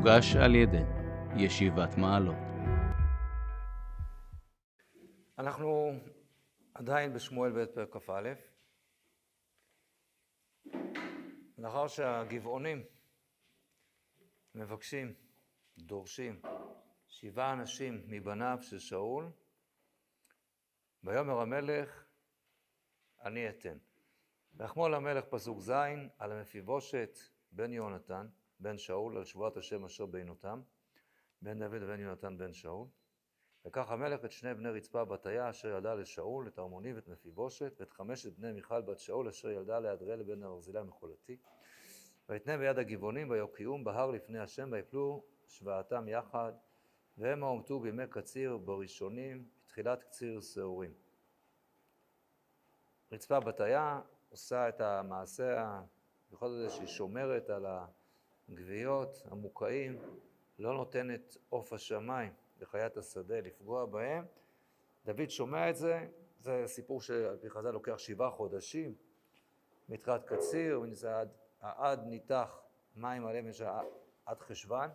מוגש על ידי ישיבת מעלות. אנחנו עדיין בשמואל ב' פרק כ"א. לאחר שהגבעונים מבקשים, דורשים, 7 אנשים מבניו של שאול, ויאמר המלך, אני אתן. ויחמול המלך פסוק ז' על המפיבושת בן יהונתן, בן שאול, על שבועת השם אשר בעינותם, בן דוד ובן יהונתן בן שאול. וכך המלך את 2 בני רצפה בתיה אשר ילדה לשאול, את הרמוני ואת מפיבושת, ואת 5 בני מיכל בת שאול אשר ילדה לאדריאל בן ברזילי המחולתי. ויתנה ביד הגבעונים ויוקיעום בהר לפני השם, ויפלו שוועתם יחד, והם עומתו בימי קציר בראשונים, בתחילת קציר שעורים. רצפה בתיה עושה את המעשה בכל זאת שהיא שומרת על הגוויות המוקעים, לא נותנת עוף השמיים לחיית השדה לפגוע בהם. דוד שומע את זה, זה סיפור שעל פי חז"ל לוקח 7 חודשים, מתחילת קציר, העד ניתח מים עליהם עד חשוון,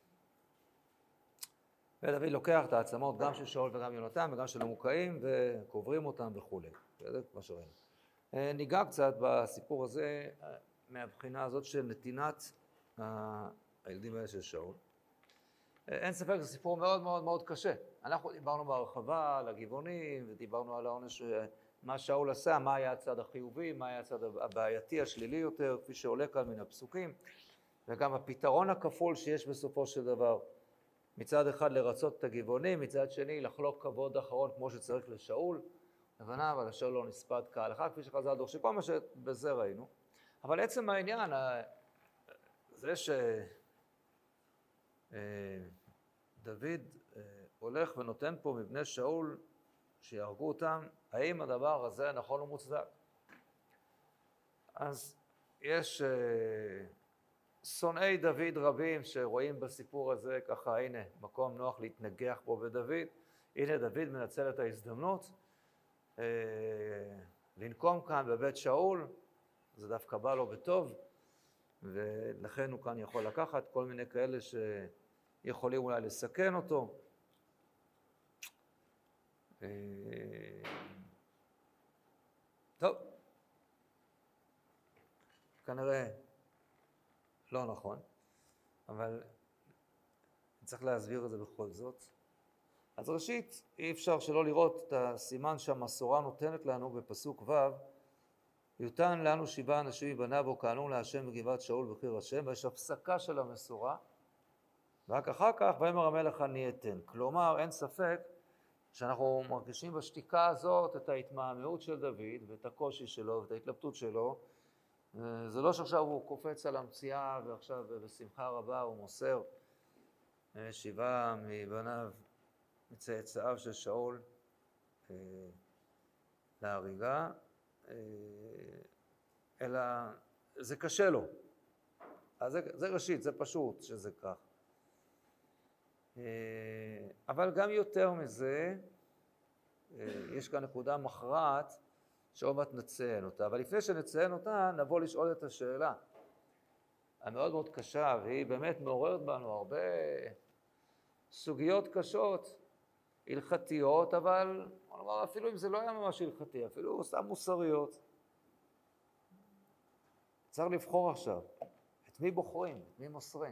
ודוד לוקח את העצמות גם של שאול וגם יונתן וגם של המוקעים וקוברים אותם וכו'. זה כמו שראינו. ניגע קצת בסיפור הזה מהבחינה הזאת של נתינת הילדים האלה של שאול. אין ספק, זה סיפור מאוד מאוד מאוד קשה. אנחנו דיברנו בהרחבה על הגבעונים, ודיברנו על העונש, מה שאול עשה, מה היה הצד החיובי, מה היה הצד הבעייתי, השלילי יותר, כפי שעולה כאן מן הפסוקים, וגם הפתרון הכפול שיש בסופו של דבר. מצד אחד לרצות את הגבעונים, מצד שני לחלוק כבוד אחרון כמו שצריך לשאול, הבנה, אבל אשר לא נספד כהלכה, כפי שחז"ל דורשים, כל מה שבזה ראינו. אבל עצם העניין, זה דוד הולך ונותן פה מבני שאול שיהרגו אותם, האם הדבר הזה נכון ומוצדק? אז יש שונאי דוד רבים שרואים בסיפור הזה ככה, הנה מקום נוח להתנגח בו בדוד, הנה דוד מנצל את ההזדמנות לנקום כאן בבית שאול, זה דווקא בא לו בטוב, ולכן הוא כאן יכול לקחת כל מיני כאלה שיכולים אולי לסכן אותו. טוב, כנראה לא נכון, אבל צריך להסביר את זה בכל זאת. אז ראשית, אי אפשר שלא לראות את הסימן שהמסורה נותנת לנו בפסוק ו', יותן לנו 7 אנשים מבניו וכהנו להשם בגבעת שאול בקיר השם, ויש הפסקה של המסורה, ורק אחר כך ויאמר המלך אני אתן. כלומר, אין ספק שאנחנו מרגישים בשתיקה הזאת את ההתמהמהות של דוד ואת הקושי שלו ואת ההתלבטות שלו. זה לא שעכשיו הוא קופץ על המציאה ועכשיו בשמחה רבה הוא מוסר 7 מבניו מצאצאיו של שאול להריגה, אלא זה קשה לו. אז זה ראשית, זה פשוט שזה כך. אבל גם יותר מזה, יש כאן נקודה מכרעת שעוד מעט נציין אותה. אבל לפני שנציין אותה, נבוא לשאול את השאלה המאוד מאוד קשה, והיא באמת מעוררת בנו הרבה סוגיות קשות, הלכתיות, אבל אפילו אם זה לא היה ממש הלכתי, אפילו סתם מוסריות. צריך לבחור עכשיו, את מי בוחרים, את מי מוסרים.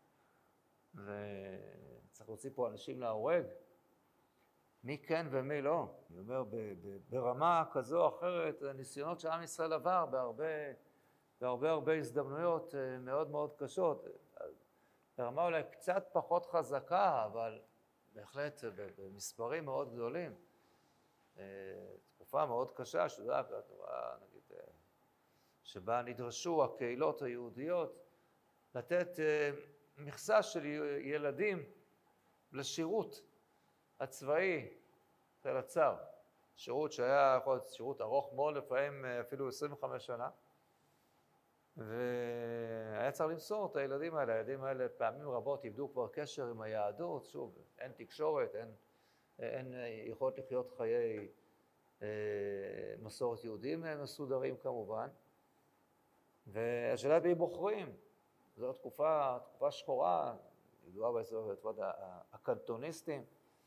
וצריך להוציא פה אנשים להורג, מי כן ומי לא. אני אומר, ברמה כזו או אחרת, הניסיונות של עם ישראל עבר בהרבה הזדמנויות מאוד מאוד קשות. ברמה אולי קצת פחות חזקה, אבל בהחלט במספרים מאוד גדולים. תקופה מאוד קשה, נגיד, שבה נדרשו הקהילות היהודיות לתת מכסה של ילדים לשירות הצבאי של הצאר. שירות שהיה יכול להיות שירות ארוך מאוד, לפעמים אפילו 25 שנה. והיה צריך למסור את הילדים האלה. הילדים האלה פעמים רבות איבדו כבר קשר עם היהדות. שוב, אין תקשורת, אין יכולת לחיות חיי מסורת יהודים מסודרים כמובן. והשאלה בי בוחרים. זו תקופה שחורה, ידועה בהיסטוריה, הקנטוניסטים,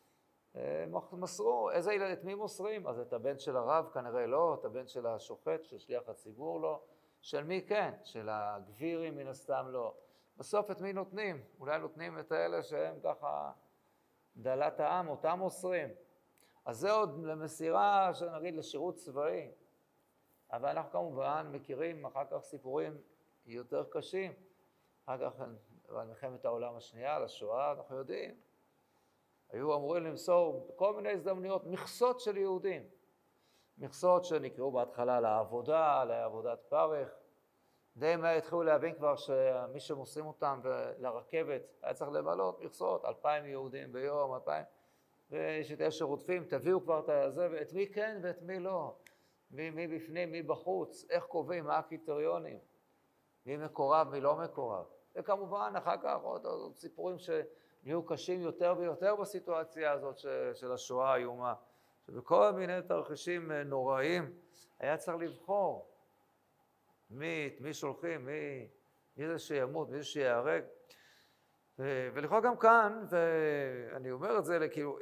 מסרו, את מי מוסרים? אז את הבן של הרב כנראה לא, את הבן של השופט, של שליח הציבור לא, של מי כן? של הגבירים מן הסתם לא. בסוף את מי נותנים? אולי נותנים את האלה שהם ככה דלת העם, אותם מוסרים. אז זה עוד למסירה, שנגיד, לשירות צבאי. אבל אנחנו כמובן מכירים אחר כך סיפורים יותר קשים. אחר כך, על מלחמת העולם השנייה, לשואה, אנחנו יודעים. היו אמורים למסור בכל מיני הזדמנויות מכסות של יהודים. מכסות שנקראו בהתחלה לעבודת פרך. די מהר התחילו להבין כבר שמי שמוסרים אותם לרכבת היה צריך למלות מכסות, 2,000 יהודים ביום, 2,000. ויש את אלה שרודפים, תביאו כבר את זה, ואת מי כן ואת מי לא. מי בפנים, מי בחוץ, איך קובעים, מה הקריטריונים. מי מקורב, מי לא מקורב. וכמובן, אחר כך עוד סיפורים שנהיו קשים יותר ויותר בסיטואציה הזאת של השואה האיומה. שבכל מיני תרחישים נוראים היה צריך לבחור מי שולחים, מי זה שימות, מי זה שיהרג. ולכאורה גם כאן, ואני אומר את זה כאילו,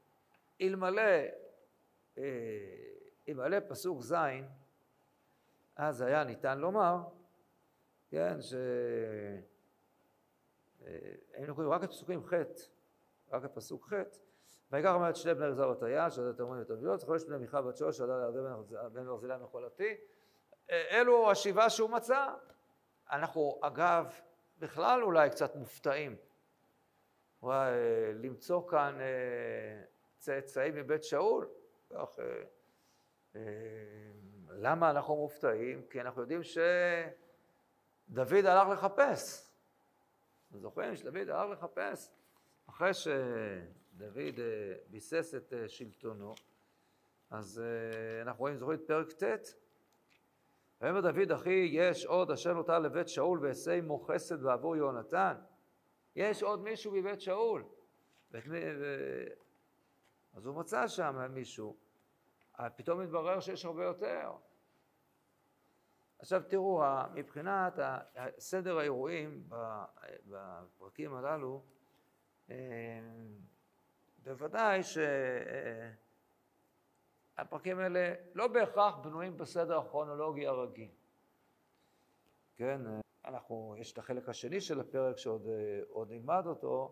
אלמלא פסוק ז', אז היה ניתן לומר, כן, היינו קוראים רק את פסוקים ח', רק את פסוק ח', ויקח אמר את שני בני גזר ותיה, שעדה תמרים ותביות, 5 בני מיכה בת שוש, שעדה לירדן בן ברזילי מחולתי. אלו השבעה שהוא מצא. אנחנו אגב בכלל אולי קצת מופתעים. למצוא כאן צאצאים מבית שאול. למה אנחנו מופתעים? כי אנחנו יודעים שדוד הלך לחפש. זוכרים שדוד הלך לחפש. אחרי שדוד ביסס את שלטונו, אז אנחנו רואים, זוכרים את פרק ט', ואומר דוד, אחי, יש עוד אשר נותר לבית שאול ועשה עמו חסד בעבור יהונתן. יש עוד מישהו בבית שאול. אז הוא מצא שם מישהו. פתאום מתברר שיש הרבה יותר. עכשיו תראו, מבחינת סדר האירועים בפרקים הללו, בוודאי שהפרקים האלה לא בהכרח בנויים בסדר הכרונולוגי הרגיל. כן, יש את החלק השני של הפרק שעוד נלמד אותו,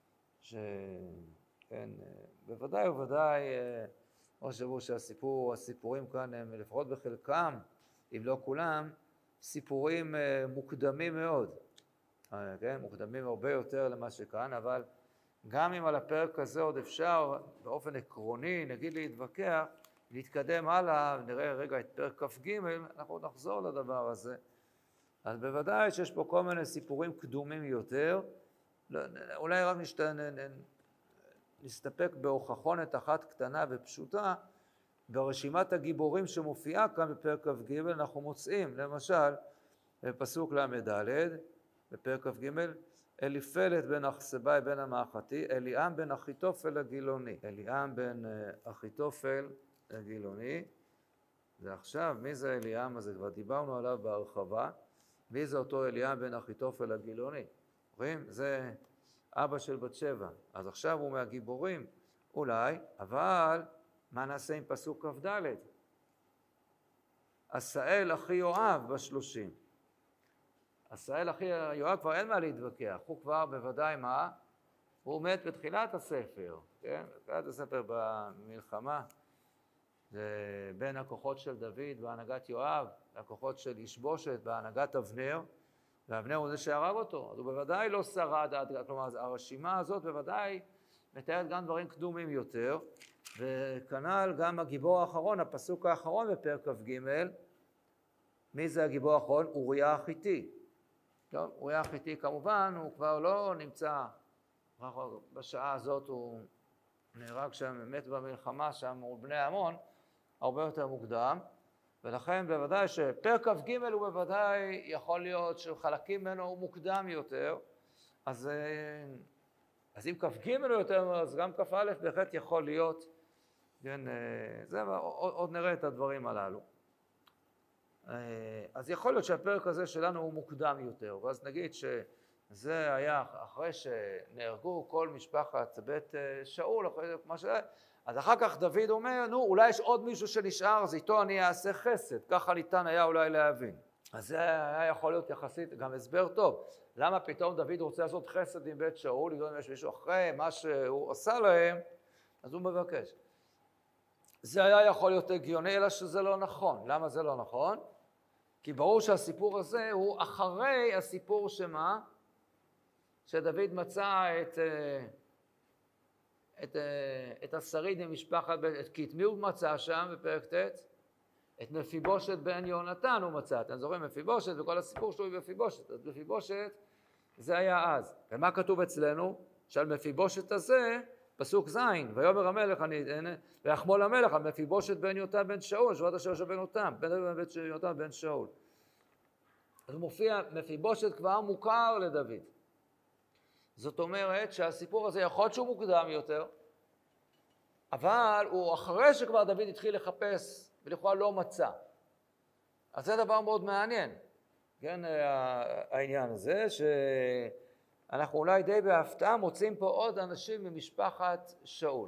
שכן, בוודאי ובוודאי, או שבו שהסיפורים כאן הם לפחות בחלקם, אם לא כולם, סיפורים מוקדמים מאוד. כן, מוקדמים הרבה יותר למה שכאן, אבל גם אם על הפרק הזה עוד אפשר באופן עקרוני, נגיד להתווכח, להתקדם הלאה, נראה רגע את פרק כ"ג, אנחנו נחזור לדבר הזה. אז בוודאי שיש פה כל מיני סיפורים קדומים יותר, אולי רק נסתפק בהוכחונת אחת קטנה ופשוטה, ברשימת הגיבורים שמופיעה כאן בפרק כ"ג, אנחנו מוצאים, למשל, בפסוק ל"ד, בפרק כ"ג, אליפלת בן אכסבאי בן המאחתי, אליעם בן אחיתופל הגילוני. אליעם בן אחיתופל הגילוני, זה עכשיו, מי זה אליעם הזה? כבר דיברנו עליו בהרחבה. מי זה אותו אליעם בן אחיתופל הגילוני? רואים? זה אבא של בת שבע. אז עכשיו הוא מהגיבורים, אולי, אבל מה נעשה עם פסוק כ"ד? עשאל אחי יואב ב30. עשאל אחי יואב כבר אין מה להתווכח, הוא כבר בוודאי מה? הוא מת בתחילת הספר, כן? בתחילת הספר במלחמה, זה בין הכוחות של דוד בהנהגת יואב, לכוחות של ישבושת בהנהגת אבנר, ואבנר הוא זה שהרג אותו, אז הוא בוודאי לא שרד עד, כלומר, הרשימה הזאת בוודאי מתארת גם דברים קדומים יותר, וכנ"ל גם הגיבור האחרון, הפסוק האחרון בפרק כ"ג, מי זה הגיבור האחרון? אוריה החיתי. טוב, אוריה החיתי כמובן, הוא כבר לא נמצא, בשעה הזאת הוא נהרג שם, מת במלחמה שם מול בני עמון, הרבה יותר מוקדם, ולכן בוודאי שפרק כ"ג הוא בוודאי יכול להיות שחלקים ממנו הוא מוקדם יותר, אז אם כ"ג הוא יותר, אז גם כ"א בהחלט יכול להיות, כן, זה, עוד נראה את הדברים הללו. אז יכול להיות שהפרק הזה שלנו הוא מוקדם יותר, ואז נגיד זה היה אחרי שנהרגו כל משפחת בית שאול, אחרי זה כמו שהיה. אז אחר כך דוד אומר, נו, אולי יש עוד מישהו שנשאר, אז איתו אני אעשה חסד. ככה ניתן היה אולי להבין. אז זה היה יכול להיות יחסית גם הסבר טוב. למה פתאום דוד רוצה לעשות חסד עם בית שאול, אם יש מישהו אחרי מה שהוא עשה להם, אז הוא מבקש. זה היה יכול להיות הגיוני, אלא שזה לא נכון. למה זה לא נכון? כי ברור שהסיפור הזה הוא אחרי הסיפור שמה? שדוד מצא את השריד ממשפחת, כי את מי הוא מצא שם בפרק ט'? את מפיבושת בן יונתן הוא מצא. אתם זוכרים מפיבושת וכל הסיפור שלו הוא מפיבושת. אז מפיבושת זה היה אז. ומה כתוב אצלנו? שעל מפיבושת הזה, פסוק ז', ויאמר המלך, ויחמול המלך על מפיבושת בן יונתן בן שאול, שבט אשר של בן יונתן, בן יונתן בן שאול. אז מופיע, מפיבושת כבר מוכר לדוד. זאת אומרת שהסיפור הזה יכול להיות שהוא מוקדם יותר, אבל הוא אחרי שכבר דוד התחיל לחפש ולכאורה לא מצא. אז זה דבר מאוד מעניין, כן, העניין הזה, שאנחנו אולי די בהפתעה מוצאים פה עוד אנשים ממשפחת שאול.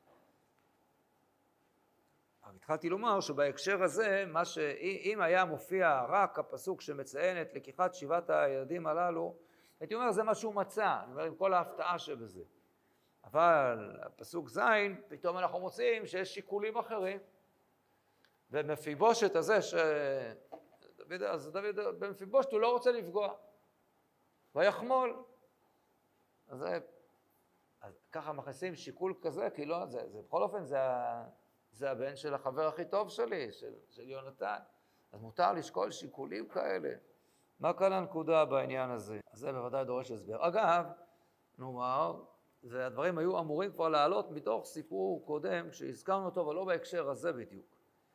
אבל התחלתי לומר שבהקשר הזה, אם היה מופיע רק הפסוק שמציין את לקיחת 7 הילדים הללו, הייתי אומר, זה מה שהוא מצא, אני אומר, עם כל ההפתעה שבזה. אבל הפסוק ז', פתאום אנחנו מוצאים שיש שיקולים אחרים. ומפיבושת הזה, אז דוד במפיבושת הוא לא רוצה לפגוע. ויחמול. אז ככה מכניסים שיקול כזה, כי לא, זה בכל אופן, זה הבן של החבר הכי טוב שלי, של יונתן. אז מותר לשקול שיקולים כאלה. מה כאן הנקודה בעניין הזה? אז זה בוודאי דורש הסבר. אגב, נאמר, הדברים היו אמורים כבר לעלות מתוך סיפור קודם, כשהזכרנו אותו, אבל לא בהקשר הזה בדיוק.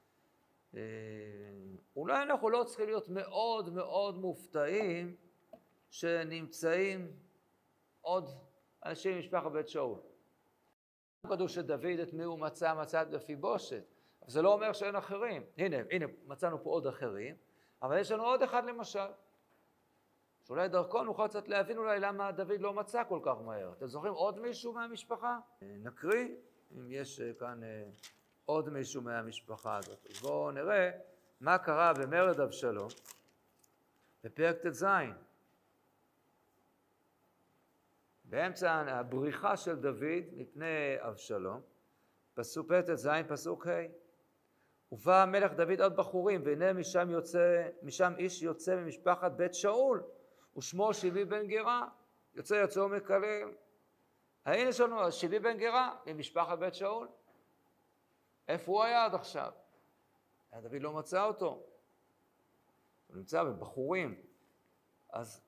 אולי אנחנו לא צריכים להיות מאוד מאוד מופתעים שנמצאים עוד אנשים ממשפחת בית שאול. כתוב שדוד את מי הוא מצא את מפיבושת, אבל זה לא אומר שאין אחרים. הנה, מצאנו פה עוד אחרים, אבל יש לנו עוד אחד למשל. שאולי דרכו נוכל קצת להבין אולי למה דוד לא מצא כל כך מהר. אתם זוכרים עוד מישהו מהמשפחה? נקריא, אם יש כאן עוד מישהו מהמשפחה הזאת. אז בואו נראה מה קרה במרד אבשלום, בפרק ט"ז. באמצע הבריחה של דוד מפני אבשלום, פסוק ט"ז, פסוק ה'. ובא המלך דוד עוד בחורים, והנה משם איש יוצא ממשפחת בית שאול, ושמו שיבי בן גרה, יוצא ומקלל. הנה יש לנו שיבי בן גרה ממשפחת בית שאול. איפה הוא היה עד עכשיו? דוד לא מצא אותו. הוא נמצא בבחורים. אז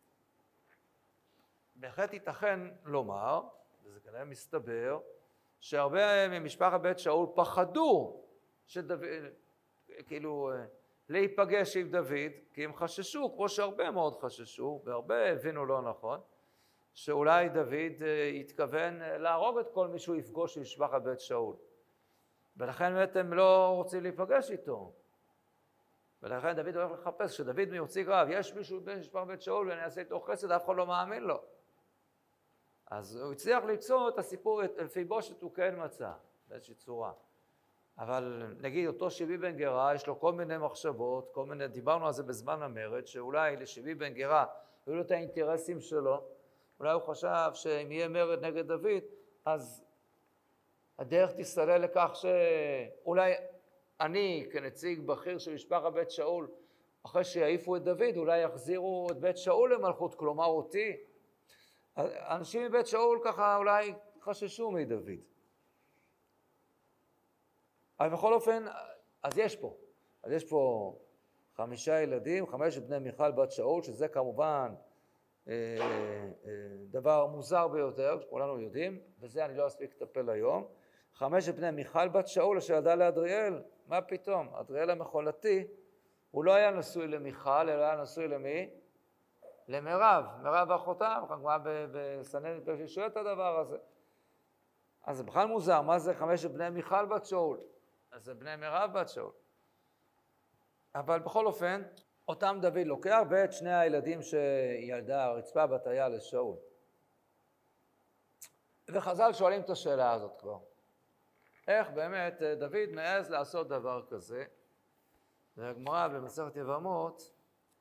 בהחלט ייתכן לומר, וזה כנראה מסתבר, שהרבה ממשפחת בית שאול פחדו שדוד, כאילו, להיפגש עם דוד, כי הם חששו, כמו שהרבה מאוד חששו, והרבה הבינו לא נכון, שאולי דוד התכוון להרוג את כל מי שהוא יפגוש עם משפחת בית שאול. ולכן באמת הם לא רוצים להיפגש איתו. ולכן דוד הולך לחפש, כשדוד מיוצג רב, יש מישהו במשפחת בית שאול ואני אעשה איתו חסד, אף אחד לא מאמין לו. אז הוא הצליח למצוא את הסיפור, את מפיבושת הוא כן מצא, באיזושהי צורה. אבל נגיד אותו שיבי בן גרה, יש לו כל מיני מחשבות, דיברנו על זה בזמן המרד, שאולי לשיבי בן גרה, היו לו את האינטרסים שלו, אולי הוא חשב שאם יהיה מרד נגד דוד, אז הדרך תסתלל לכך שאולי אני כנציג בכיר של משפחת בית שאול, אחרי שיעיפו את דוד, אולי יחזירו את בית שאול למלכות, כלומר אותי. אנשים מבית שאול ככה אולי חששו מדוד. אבל בכל אופן, אז יש פה 5 ילדים, 5 בני מיכל בת שאול, שזה כמובן דבר מוזר ביותר, שכולנו יודעים, וזה אני לא אספיק לטפל היום. 5 בני מיכל בת שאול אשר ילדה לאדריאל, מה פתאום? אדריאל המחולתי, הוא לא היה נשוי למיכל, אלא היה נשוי למי? למירב, מירב ואחותה, וכמובן בסנהדרין פרק שואל את הדבר הזה. אז זה בכלל מוזר, מה זה 5 בני מיכל בת שאול? אז זה בני מירב בת שאול. אבל בכל אופן, אותם דוד לוקח ואת שני הילדים שילדה הרצפה בתיה לשאול. וחז"ל שואלים את השאלה הזאת כבר. איך באמת דוד מעז לעשות דבר כזה? והגמרא במסכת יבמות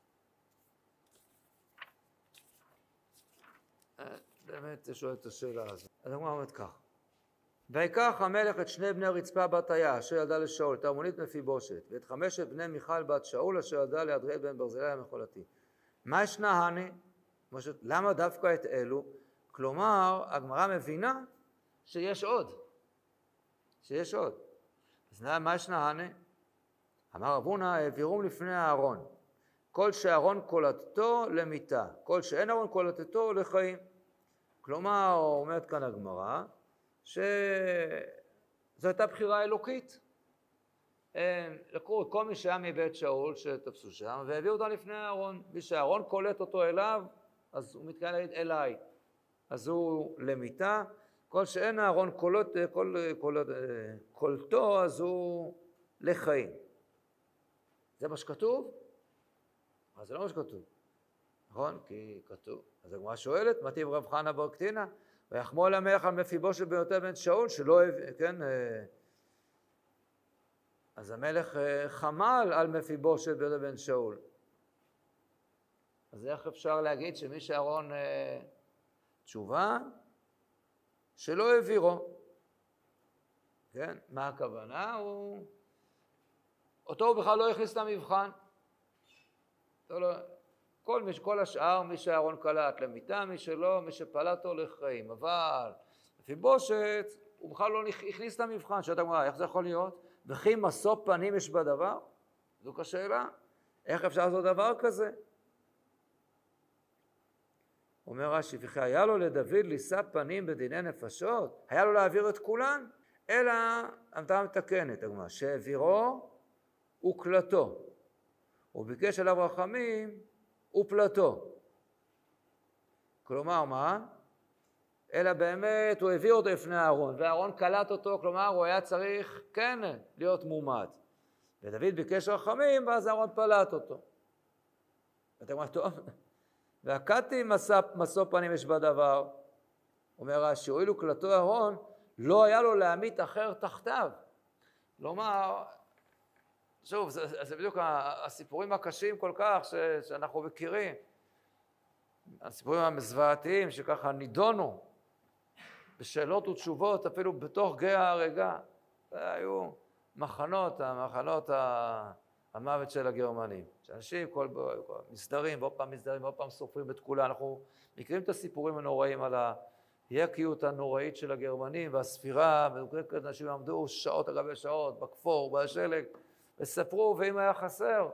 באמת שואלת את השאלה הזאת. אז הגמרא אומרת כך: ויקח המלך את שני בני רצפה בתיה אשר ילדה לשאול, את הרמונית מפיבושת, ואת 5 בני מיכל בת שאול אשר ילדה לאדריאל בן ברזילי המחולתי. מה ישנה הני? למה דווקא את אלו? כלומר, הגמרא מבינה שיש עוד. אז מה ישנה הני? אמר רב הונא, העבירום לפני הארון. כל שארון קולתו למיתה, כל שאין ארון קולתו לחיים. כלומר, אומרת כאן הגמרא, שזו הייתה בחירה אלוקית. לקחו את כל מי שהיה מבית שאול שתפסו שם, והביאו אותם לפני הארון. מי שהארון קולט אותו אליו, אז הוא מתכוון להגיד אליי. אז הוא למיתה. כל שאין הארון קולתו, אז הוא לחיים. זה מה שכתוב? אז זה לא מה שכתוב. נכון? כי כתוב. אז הגמרא שואלת, מתיב רב חנא בר קטינא, ויחמול המלך על מפיבושת בן בן שאול, שלא אוהב, כן? אז המלך חמל על מפיבושת בן שאול. אז איך אפשר להגיד שמי שאהרון תשובה? שלא העבירו. כן? מה הכוונה? אותו הוא בכלל לא הכניס למבחן. כל השאר, מי שאהרון קלט למיתה, מי שלא, מי שפלטו לחיים. אבל מפיבושת, הוא בכלל לא הכניס למבחן. שאתה אומר, איך זה יכול להיות? וכי משוא פנים יש בדבר? זו השאלה. איך אפשר לעשות דבר כזה? אומר רש"י, וכי היה לו לדוד לישא פנים בדיני נפשות? היה לו להעביר את כולן? אלא, המטרה מתקנת, הגמרא, שהעבירו וקלטו. הוא ביקש עליו רחמים ופלטו. כלומר, מה? אלא באמת הוא העביר אותו לפני הארון, והארון קלט אותו, כלומר הוא היה צריך, כן, להיות מומד. ודוד ביקש רחמים, ואז הארון פלט אותו. ואתה אומר, טוב, והקטי משוא פנים יש בדבר. אומר רש"י, הואיל קלטו אהרון, לא היה לו להמית אחר תחתיו. כלומר, שוב, זה בדיוק הסיפורים הקשים כל כך שאנחנו מכירים. הסיפורים המזוועתיים שככה נידונו בשאלות ותשובות אפילו בתוך גיא ההרגה. היו מחנות המוות של הגרמנים. שאנשים כל מסדרים ועוד פעם מסדרים ועוד פעם סופרים את כולה. אנחנו מכירים את הסיפורים הנוראים על היקיות הנוראית של הגרמנים והספירה, ואנשים עמדו שעות אגבי שעות בכפור, בשלג, וספרו, ואם היה חסר,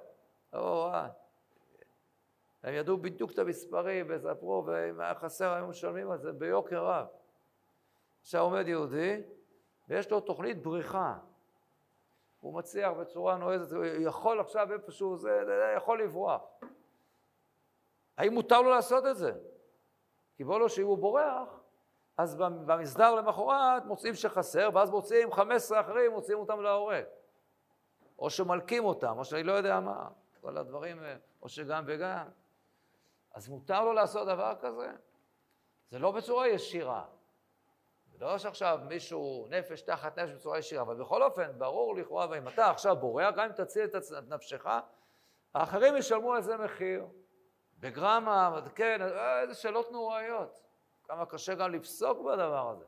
הם ידעו בדיוק את המספרים וספרו, ואם היה חסר היו משלמים על זה ביוקר רב. עכשיו עומד יהודי ויש לו תוכנית בריחה. הוא מצליח בצורה נועזת, הוא יכול עכשיו איפשהו, זה יכול לברוח. האם מותר לו לעשות את זה? כי בוא לו שאם הוא בורח, אז במסדר למחרת מוצאים שחסר, ואז מוצאים 15 אחרים, מוצאים אותם להורג. או שמלקים אותם, או שאני לא יודע מה, כל הדברים, או שגם וגם. אז מותר לו לעשות דבר כזה? זה לא בצורה ישירה. זה לא שעכשיו מישהו נפש תחת נפש בצורה ישירה, אבל בכל אופן, ברור לכאורה, ואם אתה עכשיו בורח, גם אם תציל את נפשך, האחרים ישלמו על זה מחיר. בגרמה, כן, איזה שאלות נוראיות. כמה קשה גם לפסוק בדבר הזה.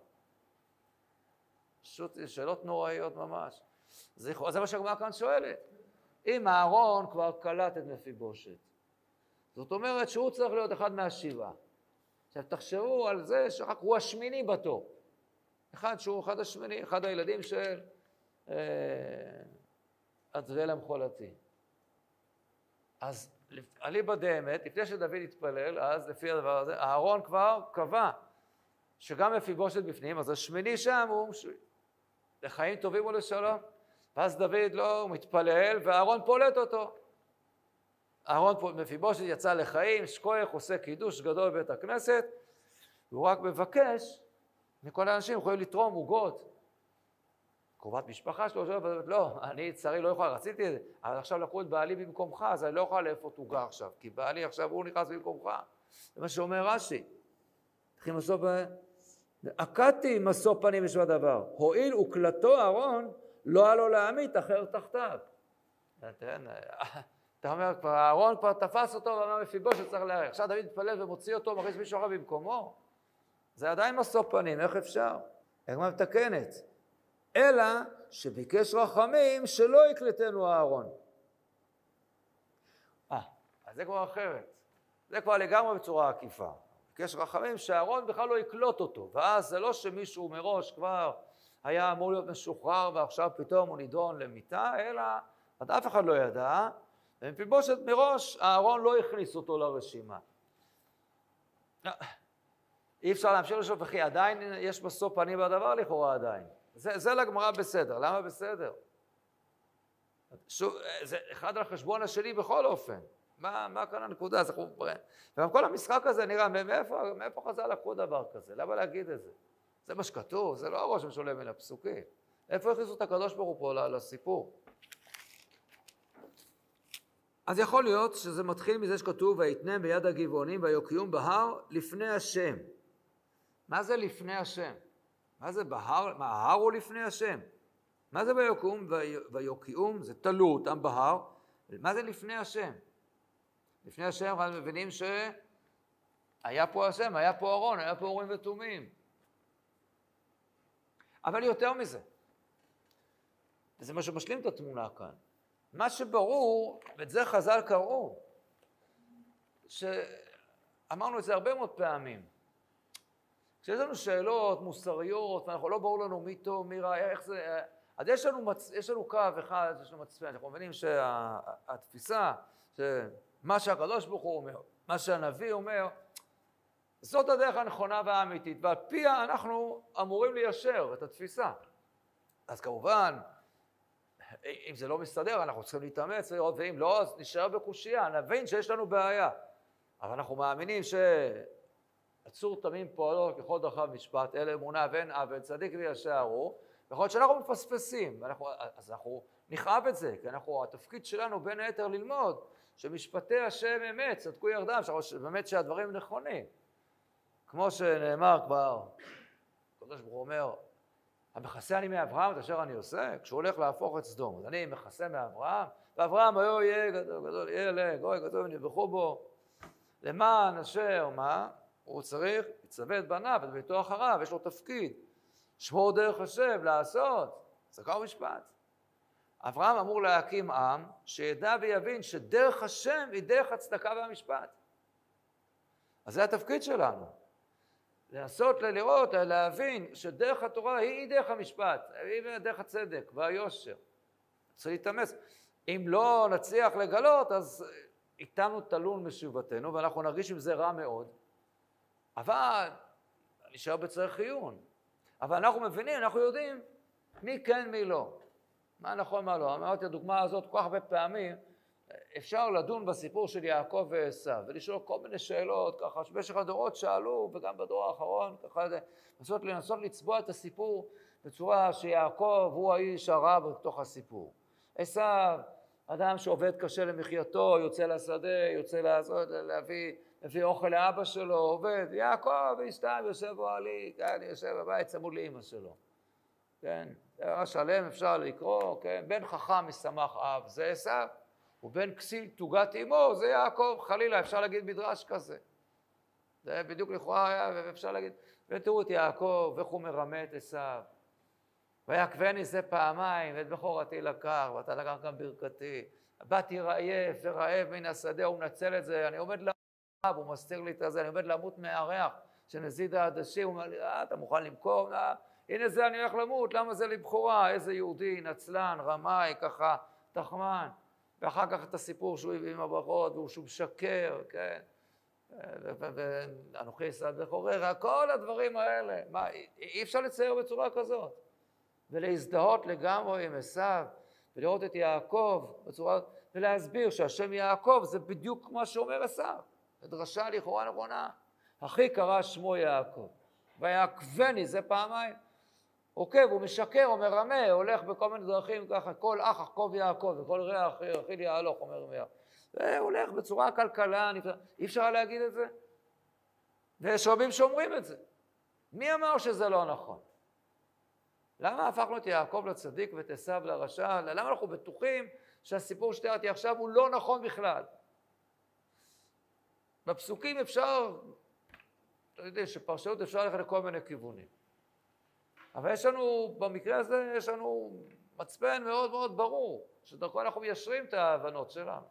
פשוט שאלות נוראיות ממש. זה מה שהגמרא כאן שואלת. אם אהרון כבר קלט את מפיבושת, זאת אומרת שהוא צריך להיות אחד מהשבעה. עכשיו תחשבו על זה שרק הוא השמיני בתור. שהוא אחד השמיני, אחד הילדים של אדריאל המחולתי. אז אליבא דאמת, לפני שדוד התפלל, אז לפי הדבר הזה, אהרון כבר קבע שגם מפיבושת בפנים, אז השמיני שם הוא לחיים טובים ולשלום. ואז דוד לא מתפלל, ואהרון פולט אותו. מפיבושת יצא לחיים, שכוח, עושה קידוש גדול בבית הכנסת, והוא רק מבקש מכל האנשים, יכולים לתרום עוגות. קרובת משפחה שלו, לא, אני צערי לא יכול, רציתי את זה, אבל עכשיו לקחו את בעלי במקומך, אז אני לא יכול לאיפה תוגע עכשיו, כי בעלי עכשיו הוא נכנס במקומך. זה מה שאומר רש"י. תחים משוא עקדתי משוא פנים בשביל הדבר, הואיל וקלטו אהרון, לא היה לו להמית אחר תחתיו. אתה אומר, אהרון כבר תפס אותו ואמר מפיבושת צריך להיערך. עכשיו דוד מתפלל ומוציא אותו, מכניס מישהו אחר במקומו. זה עדיין משוא פנים, איך אפשר? איך מה מתקנת? אלא שביקש רחמים שלא יקלטנו אהרון. אז זה כבר אחרת. זה כבר לגמרי בצורה עקיפה. ביקש רחמים שאהרון בכלל לא יקלוט אותו. ואז זה לא שמישהו מראש כבר היה אמור להיות משוחרר ועכשיו פתאום הוא נידון למיטה, אלא אף אחד לא ידע. ומפיבושת מראש אהרון לא הכניס אותו לרשימה. אי אפשר להמשיך לשאול, וכי עדיין יש משוא פנים בדבר לכאורה עדיין. זה לגמרא בסדר. למה בסדר? שוב, זה אחד על חשבון השני בכל אופן. מה כאן הנקודה? וגם כל המשחק הזה נראה, מאיפה חז"ל לקחו דבר כזה? למה להגיד את זה? זה מה שכתוב, זה לא הראש משולה מן הפסוקים. איפה הכניסו את הקדוש ברוך הוא פה לסיפור? אז יכול להיות שזה מתחיל מזה שכתוב, ויתנם ביד הגבעונים ויוקיעום בהר לפני השם. מה זה לפני השם? מה זה בהר? מה, ההר הוא לפני השם? מה זה ויוקיעום? זה תלו אותם בהר. מה זה לפני השם? לפני השם אנחנו מבינים שהיה פה השם, היה פה אהרון, היה פה אורים ותומים. אבל יותר מזה. וזה מה שמשלים את התמונה כאן. מה שברור, ואת זה חז"ל קראו, שאמרנו את זה הרבה מאוד פעמים, כשיש לנו שאלות מוסריות, ואנחנו לא ברור לנו מי טוב, מי רע, איך זה, אז יש לנו קו אחד, יש לנו מצפן, אנחנו מבינים שהתפיסה, שמה שהקדוש ברוך הוא אומר, מה שהנביא אומר, זאת הדרך הנכונה והאמיתית, ועל פיה אנחנו אמורים ליישר את התפיסה. אז כמובן, אם זה לא מסתדר, אנחנו צריכים להתאמץ לראות, ואם לא, אז נשאר בקושייה, נבין שיש לנו בעיה. אבל אנחנו מאמינים שעצור תמים פועלו ככל דרכיו משפט, אלה אמונה ואין עוול, צדיק וישר הוא, ויכול להיות שאנחנו מפספסים, אז אנחנו נכאב את זה, כי התפקיד שלנו בין היתר ללמוד, שמשפטי השם אמת, צדקו ירדם, באמת שהדברים נכונים. כמו שנאמר כבר, הקדוש ברוך הוא אומר, המכסה אני מאברהם את אשר אני עושה, כשהוא הולך להפוך את סדום, אז אני מכסה מאברהם, ואברהם היו יהיה גדול, יהיה גוי גדול ונבחו בו, למען אשר מה? הוא צריך לצווה את בניו, את ביתו אחריו, יש לו תפקיד, שמור דרך השם, לעשות, צדקה ומשפט. אברהם אמור להקים עם שידע ויבין שדרך השם היא דרך הצדקה והמשפט. אז זה התפקיד שלנו. לנסות לראות, להבין שדרך התורה היא דרך המשפט, היא דרך הצדק והיושר. צריך להתאמץ. אם לא נצליח לגלות, אז איתנו תלון משובתנו, ואנחנו נרגיש עם זה רע מאוד. אבל נשאר בצריך עיון. אבל אנחנו מבינים, אנחנו יודעים מי כן, מי לא. מה נכון, מה לא. אמרתי, הדוגמה הזאת כל כך הרבה פעמים, אפשר לדון בסיפור של יעקב ועשיו, ולשאול כל מיני שאלות, ככה, שבמשך הדורות שאלו, וגם בדור האחרון, ככה, לנסות לצבוע את הסיפור בצורה שיעקב הוא האיש הרע בתוך הסיפור. עשיו, אדם שעובד קשה למחייתו, יוצא לשדה, יוצא להביא אוכל לאבא שלו, עובד, יעקב, סתם יושב באוהלי, כן, יושב בבית צמוד לאמא שלו. כן, דבר שלם אפשר לקרוא, כן, בן חכם משמח אב, זה עשיו. ובין כסיל תוגת אמו, זה יעקב, חלילה, אפשר להגיד מדרש כזה. זה בדיוק לכאורה היה, אפשר להגיד, ותראו את יעקב, איך הוא מרמה את עשיו. ויקבני זה פעמיים, ואת בכורתי לקח, ואתה לקח גם ברכתי. באתי רעייף ורעב מן השדה, הוא מנצל את זה, אני עומד למות, הוא מסתיר לי את זה, אני עומד למות מהריח של נזיד העדשי, הוא אומר לי, אתה מוכן למכור? הנה זה, אני הולך למות, למה זה לבחורה? איזה יהודי, נצלן, רמאי, ככה, תחמן. ואחר כך את הסיפור שהוא הביא עם הברכות, והוא שהוא משקר, כן? ואנוכי סעד וחורר, כל הדברים האלה. מה, אי אפשר לצייר בצורה כזאת. ולהזדהות לגמרי עם עשיו, ולראות את יעקב בצורה, ולהסביר שהשם יעקב זה בדיוק מה שאומר עשיו. הדרשה לכאורה נכונה. הכי קרא שמו יעקב. ויקבני זה פעמיים. עוקב, הוא משקר, הוא מרמה, הולך בכל מיני דרכים ככה, כל אח אחקוב יעקב, וכל רע אכיל יהלוך, אומר ירמיהו. והולך בצורה כלכלה, אי אפשר להגיד את זה. ויש רבים שאומרים את זה. מי אמר שזה לא נכון? למה הפכנו את יעקב לצדיק ואת עשיו לרשע? למה אנחנו בטוחים שהסיפור שתיארתי עכשיו הוא לא נכון בכלל? בפסוקים אפשר, אתה יודע, שפרשנות אפשר ללכת לכל מיני כיוונים. אבל יש לנו, במקרה הזה, יש לנו מצפן מאוד מאוד ברור, שדרכו אנחנו מיישרים את ההבנות שלנו.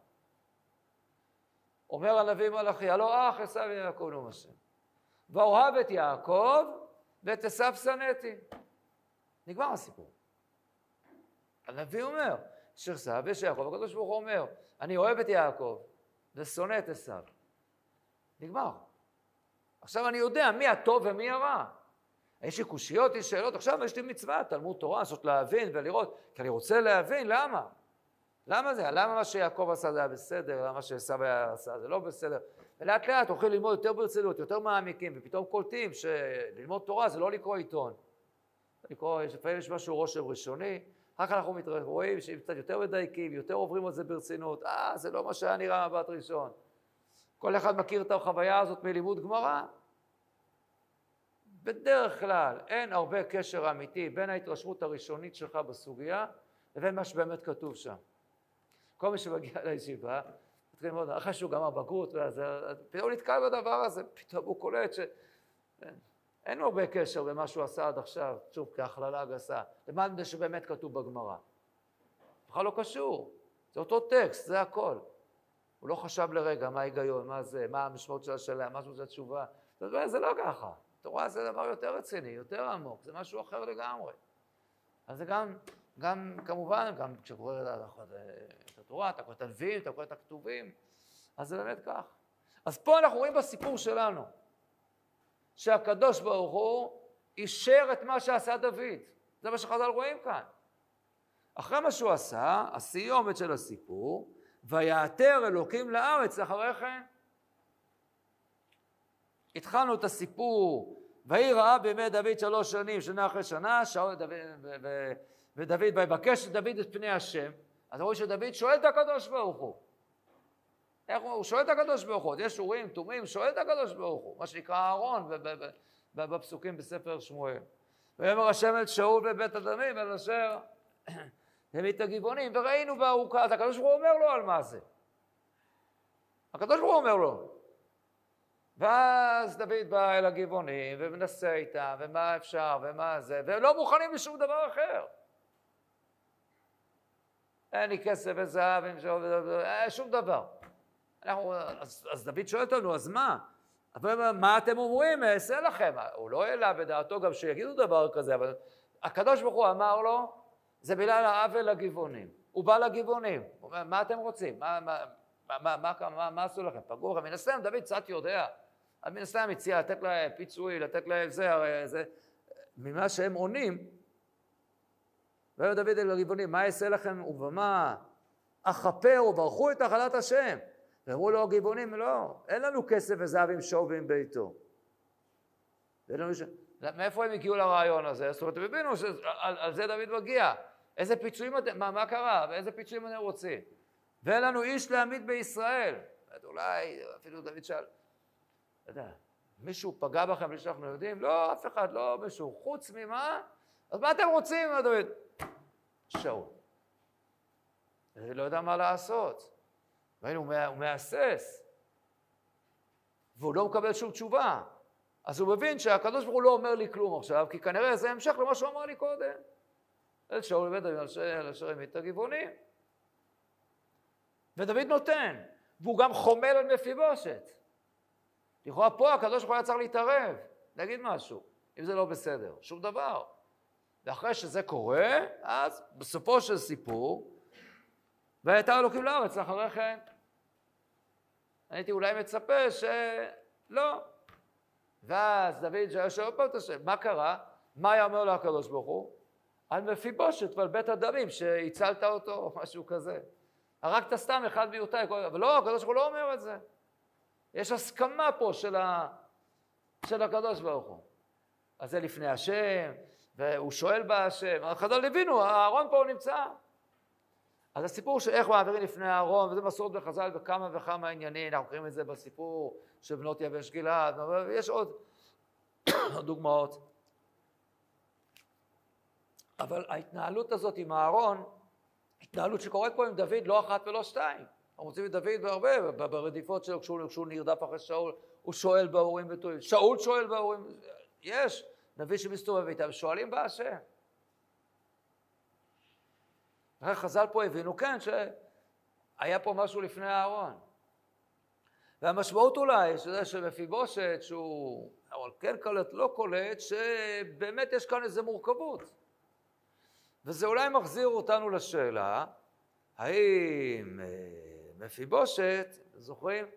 אומר הנביא מלאכי, הלא אח עשיו ויעקב נאום השם. ואוהב את יעקב ואת עשיו שנאתי. נגמר הסיפור. הנביא אומר, יש עשיו ויש יעקב, הקדוש ברוך הוא אומר, אני אוהב את יעקב ושונא את עשיו. נגמר. עכשיו אני יודע מי הטוב ומי הרע. יש לי קושיות, יש שאלות, עכשיו יש לי מצווה, תלמוד תורה, לעשות להבין ולראות, כי אני רוצה להבין, למה? למה זה? למה מה שיעקב עשה זה היה בסדר, למה מה שעשיו עשה זה לא בסדר? ולאט לאט הולכים ללמוד יותר ברצינות, יותר מעמיקים, ופתאום קולטים שללמוד תורה זה לא לקרוא עיתון. לפעמים יש משהו רושם ראשוני, אחר כך אנחנו רואים שהם קצת יותר מדייקים, יותר עוברים על זה ברצינות, זה לא מה שהיה נראה מבט ראשון. כל אחד מכיר את החוויה הזאת מלימוד גמרא. בדרך כלל אין הרבה קשר אמיתי בין ההתרשמות הראשונית שלך בסוגיה לבין מה שבאמת כתוב שם. כל מי שמגיע לישיבה, אחרי שהוא גמר בגרות, פתאום נתקל בדבר הזה, פתאום הוא קולט שאין לו הרבה קשר במה שהוא עשה עד עכשיו, שוב, כהכללה גסה, למה שבאמת כתוב בגמרא. בכלל לא קשור, זה אותו טקסט, זה הכל. הוא לא חשב לרגע מה ההיגיון, מה זה, מה המשמעות של השאלה, מה של התשובה. זה לא ככה. תורה זה דבר יותר רציני, יותר עמוק, זה משהו אחר לגמרי. אז זה גם כמובן, גם כשקורא את התורה, אתה קורא את הנביאים, אתה קורא את הכתובים, אז זה באמת כך. אז פה אנחנו רואים בסיפור שלנו, שהקדוש ברוך הוא אישר את מה שעשה דוד. זה מה שחז"ל רואים כאן. אחרי מה שהוא עשה, הסיומת של הסיפור, ויעתר אלוקים לארץ אחרי כן. התחלנו את הסיפור, ויהי רעב בימי דוד 3 שנים, שנה אחרי שנה, ודוד ויבקש דוד את פני השם. אז רואים שדוד שואל את הקדוש ברוך הוא. איך הוא שואל את הקדוש ברוך הוא? יש אורים, תומים, שואל את הקדוש ברוך הוא, מה שנקרא אהרון בפסוקים בספר שמואל. ויאמר השם אל שאול בבית אדמים, אל אשר הביא את הגבעונים, וראינו בארוכה, אז הקדוש ברוך הוא אומר לו על מה זה. הקדוש ברוך הוא אומר לו. ואז דוד בא אל הגבעונים ומנסה איתם, ומה אפשר, ומה זה, והם לא מוכנים לשום דבר אחר. אין לי כסף וזהב, שום דבר. אז דוד שואל אותנו, אז מה? אבל מה אתם אומרים? אעשה לכם. הוא לא העלה בדעתו גם שיגידו דבר כזה, אבל הקדוש ברוך הוא אמר לו, זה בגלל העוול לגבעונים. הוא בא לגבעונים, הוא אומר, מה אתם רוצים? מה עשו לכם? פגעו לכם. מן הסתם, דוד קצת יודע. מן הסתם הציע לתת להם פיצוי, לתת להם זה, ממה שהם עונים. ואומר דוד אל הגבעונים, מה אעשה לכם ובמה? אכפר וברכו את נחלת השם. ואמרו לו הגבעונים, לא, אין לנו כסף וזהב עם שובים ביתו. מאיפה הם הגיעו לרעיון הזה? זאת אומרת, הבינו שעל זה דוד מגיע. איזה פיצויים, מה קרה? ואיזה פיצויים אתם רוצים? ואין לנו איש להעמיד בישראל. אולי אפילו דוד שאל, אתה יודע, מישהו פגע בכם בלי שאנחנו יודעים? לא, אף אחד, לא מישהו. חוץ ממה? אז מה אתם רוצים, דוד? שאול. אני לא יודע מה לעשות. והנה, הוא מהסס. והוא לא מקבל שום תשובה. אז הוא מבין שהקדוש ברוך הוא לא אומר לי כלום עכשיו, כי כנראה זה המשך למה שהוא אמר לי קודם. אל שאול בבית דוד אשר העמיד את הגבעונים. ודוד נותן, והוא גם חומל על מפיבושת. לכאורה פה הקדוש ברוך הוא היה צריך להתערב, להגיד משהו, אם זה לא בסדר, שום דבר. ואחרי שזה קורה, אז בסופו של סיפור, והייתה אלוקים לארץ לאחרי כן. הייתי אולי מצפה שלא. ואז דוד שהיה שואל פעם את השם, מה קרה? מה היה אומר לו הקדוש ברוך הוא? על מפיבושת ועל בית הדמים שהצלת אותו או משהו כזה. הרגת סתם אחד מיותר, אבל לא, הקדוש ברוך הוא לא אומר את זה. יש הסכמה פה של הקדוש ברוך הוא. אז זה לפני השם, והוא שואל בהשם, חז"ל הבינו, אהרון פה הוא נמצא. אז הסיפור שאיך מעבירים לפני אהרון, וזה מסורת בחז"ל בכמה וכמה עניינים, אנחנו קוראים את זה בסיפור של בנות יבש גלעד, ויש עוד דוגמאות. אבל ההתנהלות הזאת עם אהרון, התנהלות שקורית פה עם דוד לא אחת ולא שתיים. אנחנו מוצאים את דוד בהרבה, ברדיפות שלו, כשהוא נרדף אחרי שאול, הוא שואל באורים ותומים. שאול שואל באורים, יש נביא שמסתובב איתם, שואלים בהשם. חז"ל פה הבינו, כן, שהיה פה משהו לפני אהרון. והמשמעות אולי, שזה שמפיבושת, שהוא אבל כן קולט, לא קולט, שבאמת יש כאן איזו מורכבות. וזה אולי מחזיר אותנו לשאלה, האם מפיבושת, זוכרים,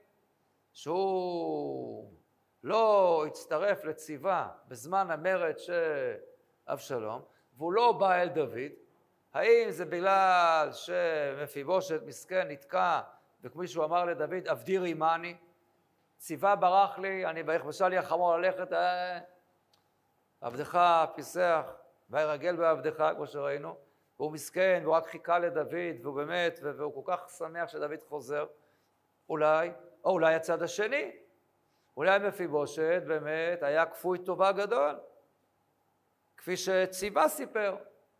שהוא לא הצטרף לציווה בזמן המרד של אבשלום, והוא לא בא אל דוד, האם זה בגלל שמפיבושת מסכן נתקע, וכמי שהוא אמר לדוד, עבדי רימני, ציווה ברח לי, אני ויכבשה לי החמור ללכת, עבדך פיסח, וירגל בעבדך, כמו שראינו, והוא מסכן, והוא רק חיכה לדוד, והוא באמת, והוא כל כך שמח שדוד חוזר, אולי, או אולי הצד השני, אולי מפיבושת באמת היה כפוי טובה גדול, כפי שציווה סיפר.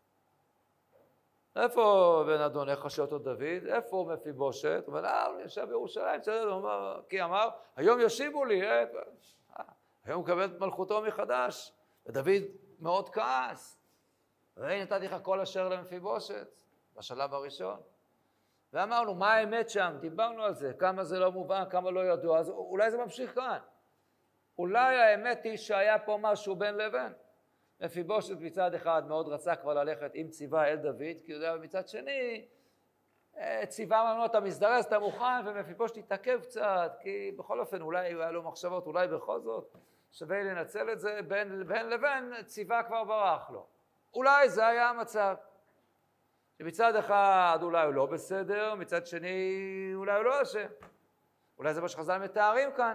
איפה בן אדונך חשב אותו דוד? איפה מפיבושת? הוא אומר, הוא ישב בירושלים, כי אמר, היום ישיבו לי, היום הוא מקבל את מלכותו מחדש, ודוד מאוד כעס. והנה נתתי לך כל אשר למפיבושת, בשלב הראשון. ואמרנו, מה האמת שם? דיברנו על זה, כמה זה לא מובן, כמה לא ידוע, אז אולי זה ממשיך כאן. אולי האמת היא שהיה פה משהו בין לבין. מפיבושת מצד אחד מאוד רצה כבר ללכת עם ציווה אל דוד, כי הוא יודע, מצד שני, ציווה ממנו, אתה מזדרז, אתה מוכן, ומפיבושת תתעכב קצת, כי בכל אופן אולי היה לו מחשבות, אולי בכל זאת, שווה לנצל את זה, בין לבין ציווה כבר ברח לו. אולי זה היה המצב. שמצד אחד אולי הוא לא בסדר, מצד שני אולי הוא לא אשם. אולי זה מה שחז"ל מתארים כאן.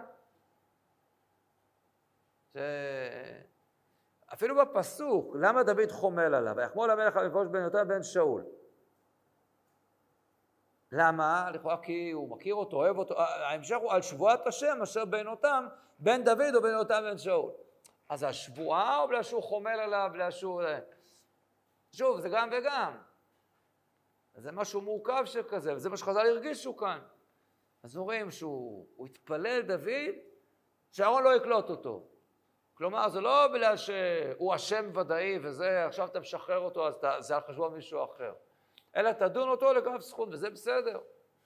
אפילו בפסוק, למה דוד חומל עליו? ויחמול המלך על מפיבושת בן יונתן בן שאול. למה? לכאורה כי הוא מכיר אותו, אוהב אותו. ההמשך הוא על שבועת השם אשר בין אותם, בין דוד או בין אותם בן שאול. אז השבועה או בגלל שהוא חומל עליו, בגלל שהוא... שוב, זה גם וגם. זה משהו מורכב שכזה, וזה מה שחז"ל הרגישו כאן. אז רואים שהוא התפלל דוד, שאהרון לא יקלוט אותו. כלומר, זה לא בגלל שהוא אשם ודאי, וזה, עכשיו אתה משחרר אותו, אז זה על חשבון מישהו אחר. אלא תדון אותו לגב זכות, וזה בסדר.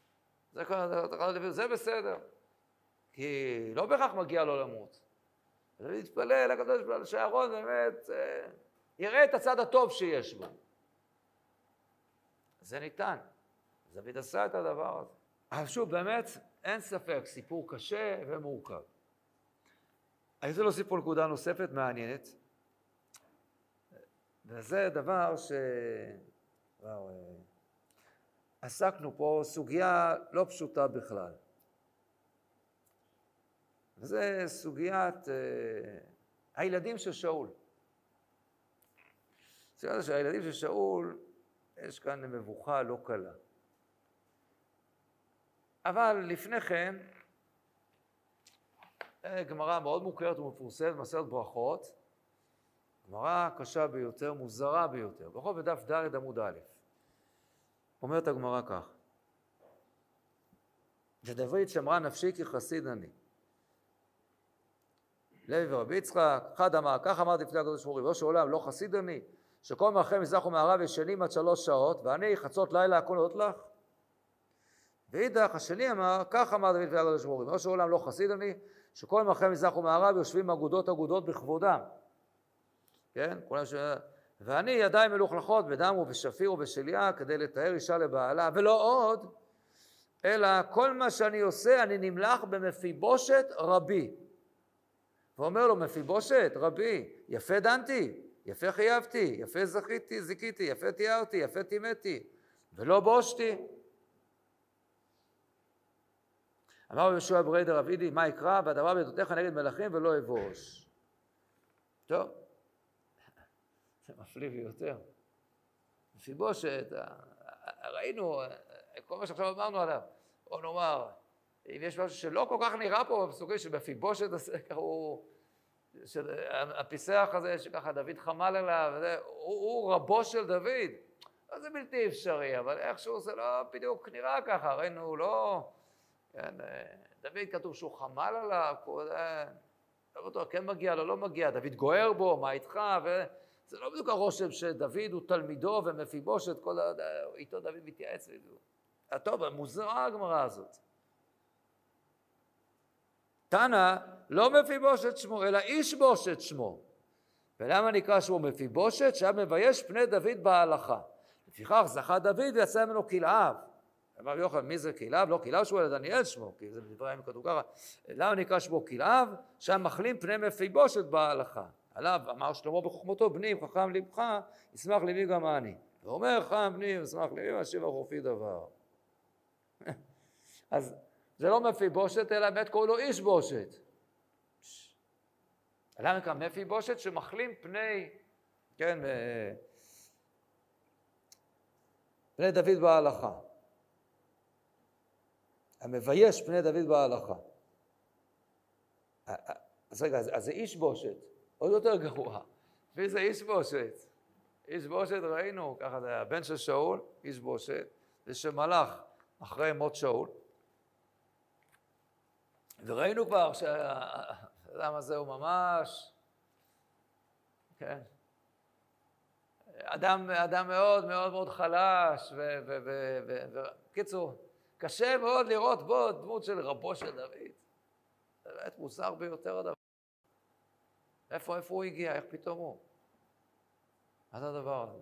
זה בסדר. כי לא בהכרח מגיע לו למות. דוד התפלל לקדוש ברוך הוא, שאהרון באמת יראה את הצד הטוב שיש בו. זה ניתן. דוד עשה את הדבר הזה. אבל שוב, באמת, אין ספק, סיפור קשה ומורכב. אני רוצה להוסיף פה נקודה נוספת מעניינת, וזה דבר עסקנו פה, סוגיה לא פשוטה בכלל. וזה סוגיית הילדים של שאול. סוגיית שהילדים של שאול, יש כאן מבוכה לא קלה. אבל לפני כן, גמרא מאוד מוכרת ומפורסמת, מסכת ברכות, גמרא קשה ביותר, מוזרה ביותר, ברכות בדף ד' עמוד א'. אומרת הגמרא כך, שדוד שמרה נפשי כי חסיד אני. לוי ורבי יצחק, אחד אמר, כך אמרתי לפני הקדוש ברוך הוא, ריבונו של עולם, לא חסיד אני, שכל מלכי מזרח ומערב ישנים עד 3 שעות, ואני חצות לילה הכל להודות לך. ואידך, השני אמר, כך אמר דוד לפני הקדוש ברוך הוא, ריבונו של עולם, לא חסיד אני, שכל מלכי מזרח ומערב יושבים אגודות בכבודם. כן? ואני ידיים מלוכלכות בדם ובשפיר ובשליה כדי לתאר אישה לבעלה, ולא עוד, אלא כל מה שאני עושה, אני נמלך במפיבושת רבי. ואומר לו, מפיבושת רבי, יפה דנתי, יפה חייבתי, יפה זכיתי, יפה תיארתי, יפה תימתי, ולא בושתי. אמר יהושע ברי דרבידי, מה יקרא? והדבר בעדותיך נגד מלכים ולא אבוש. טוב. זה מפליא ביותר. מפיבושת, ראינו, כל מה שעכשיו אמרנו עליו, בוא נאמר, אם יש משהו שלא כל כך נראה פה בפסוקים שמפיבושת הזה, הפיסח הזה שככה דוד חמל עליו, הוא רבו של דוד, אז זה בלתי אפשרי, אבל איכשהו זה לא בדיוק נראה ככה, ראינו לא, דוד כתוב שהוא חמל עליו, לא בטוח, כן מגיע לו, לא מגיע, דוד גוער בו, מה איתך, וזה לא בדיוק הרושם שדוד הוא תלמידו ומפיבושת, איתו דוד מתייעץ, טוב, מוזרה הגמרא הזאת. תנא לא מפיבושת שמו, אלא איש בושת שמו. ולמה נקרא שמו מפיבושת? שהיה מבייש פני דוד בהלכה. לפיכך זכה דוד ויצא ממנו כלאב. אמר יוחנן, מי זה כלאב? לא כלאב שמו, אלא דניאל שמו, כי זה בדברי הימים כתוב ככה. למה נקרא שמו כלאב? שהיה מחלים פני מפיבושת בהלכה. עליו אמר שלמה בחוכמתו, בני אם חכם לבך, ישמח לבי גם אני. ואומר חכם בני ישמח לבי, ואשיב על חורפי דבר. אז זה לא מפיבושת, אלא באמת קוראים לו איש בושת. למה נקרא מפיבושת? שמחלים פני, כן, פני דוד בהלכה. המבייש פני דוד בהלכה. אז רגע, אז זה איש בושת, עוד יותר גרוע. מי זה איש בושת? איש בושת ראינו, ככה זה הבן של שאול, איש בושת, זה שמלך אחרי מות שאול. וראינו כבר שהאדם הזה הוא ממש, כן, אדם מאוד מאוד מאוד חלש, וקיצור, קשה מאוד לראות בו דמות של רבו של דוד. זה באמת מוזר ביותר הדבר. איפה הוא הגיע? איך פתאום הוא? מה זה הדבר הזה?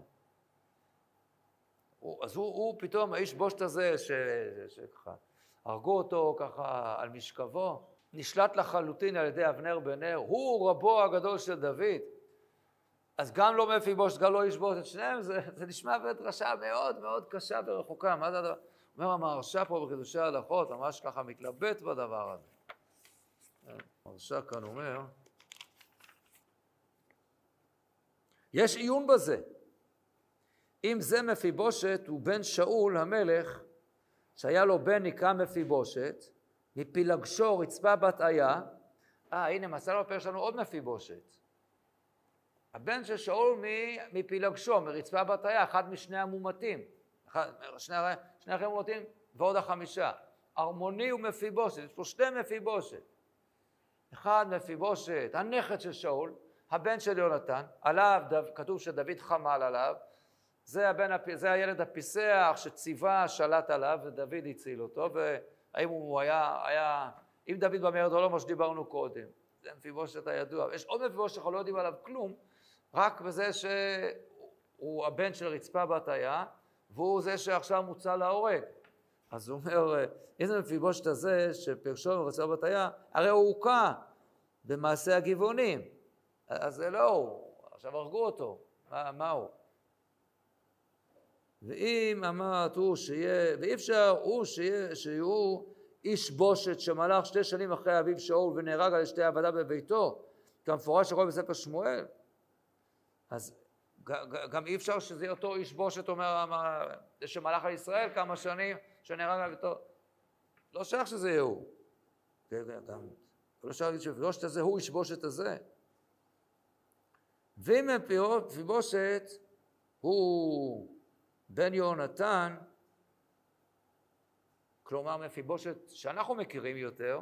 אז הוא פתאום, האיש בושת הזה שככה, הרגו אותו ככה על משכבו, נשלט לחלוטין על ידי אבנר בן נר, הוא רבו הגדול של דוד. אז גם לא מפיבושת, גם לא איש בושת, שניהם, זה נשמע בדרשה מאוד מאוד קשה ורחוקה. מה זה הדבר? אומר המהרש"א פה בחידושי ההלכות, ממש ככה מתלבט בדבר הזה. המהרש"א כאן אומר, יש עיון בזה. אם זה מפיבושת הוא בן שאול המלך, שהיה לו בן נקרא מפיבושת, מפילגשו רצפה בת איה, הנה מצא לו בפרק שלנו עוד מפיבושת. הבן של שאול מפילגשו, מרצפה בת איה, אחד משני המומתים. שני אחרי המומתים ועוד החמישה. ארמוני ומפיבושת, יש פה שני מפיבושת. אחד מפיבושת, הנכד של שאול, הבן של יונתן, עליו כתוב שדוד חמל עליו, זה הילד הפיסח שציווה שלט עליו ודוד הציל אותו, והאם הוא היה אם דוד במרד או לא, מה שדיברנו קודם. זה מפיבושת הידוע. יש עוד מפיבושת שאנחנו לא יודעים עליו כלום, רק בזה שהוא הבן של רצפה בת איה, והוא זה שעכשיו מוצא להורג. אז הוא אומר, איזה מפיבושת הזה שפרשו מרצפה בת איה, הרי הוא הוקע במעשה הגבעונים. אז זה לא הוא, עכשיו הרגו אותו. מה הוא? ואם אמרת הוא שיהיה, ואי אפשר הוא שיהיו איש בושת שמלך 2 שנים אחרי אביו שאול ונהרג על שתי עבדיו בביתו, כמפורש שקוראים בספר שמואל. אז גם אי אפשר שזה יהיה אותו איש בושת, אומר, שמלך על ישראל כמה שנים שנהרג על ביתו. לא שייך שזה יהיה הוא. גם, לא שייך להגיד שבושת הזה הוא איש בושת הזה. ואם מפיבושת הוא בן יונתן, כלומר מפיבושת שאנחנו מכירים יותר,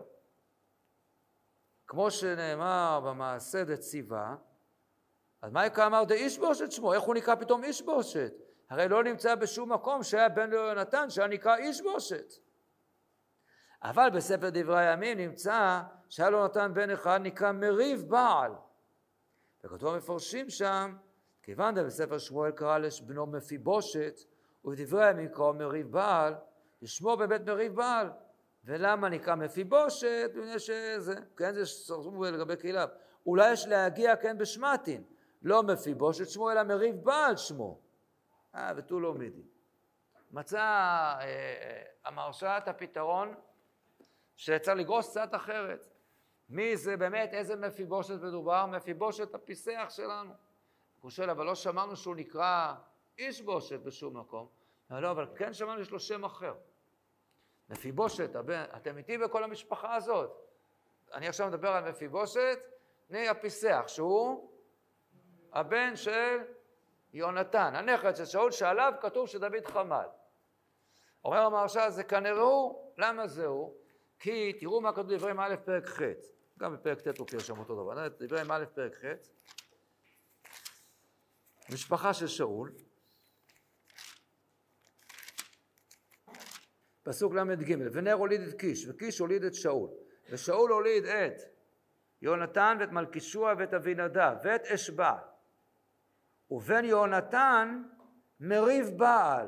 כמו שנאמר במעשה דציווה, אז מה יקרא אמר איש בושת שמו? איך הוא נקרא פתאום איש בושת? הרי לא נמצא בשום מקום שהיה בן יונתן שהיה נקרא איש בושת. אבל בספר דברי הימים נמצא שהיה יונתן בן אחד נקרא מריב בעל. וכתוב המפרשים שם, כיוון בספר שמואל קרא לבנו מפיבושת, ובדברי הימים קראו מריב בעל, לשמו באמת מריב בעל. ולמה נקרא מפיבושת? בגלל שזה, כן, זה שרשום לגבי קהילה. אולי יש להגיע כן בשמתין, לא מפיבושת שמו, אלא מריב בעל שמו. ותו לא מידי. מצא המהרש"א את הפתרון שצריך לגרוס קצת אחרת. מי זה באמת, איזה מפיבושת מדובר? מפיבושת הפיסח שלנו. הוא שואל, אבל לא שמענו שהוא נקרא איש בושת בשום מקום. לא, אבל כן שמענו יש לו שם אחר. מפיבושת, אתם איתי בכל המשפחה הזאת. אני עכשיו מדבר על מפיבושת, בני הפיסח, שהוא הבן של יונתן, הנכד של שאול, שעליו כתוב שדוד חמל. אומר המהרש"ל, זה כנראה הוא, למה זה הוא? כי תראו מה כתוב דברים א' פרק ח', גם בפרק ט' הוא שם אותו דבר, דברים א' פרק ח', משפחה של שאול, פסוק ל"ג, ונר הוליד את קיש, וקיש הוליד את שאול, ושאול הוליד את יונתן ואת מלכישוע ואת אבינדב ואת אשבע, ובן יונתן מריב בעל,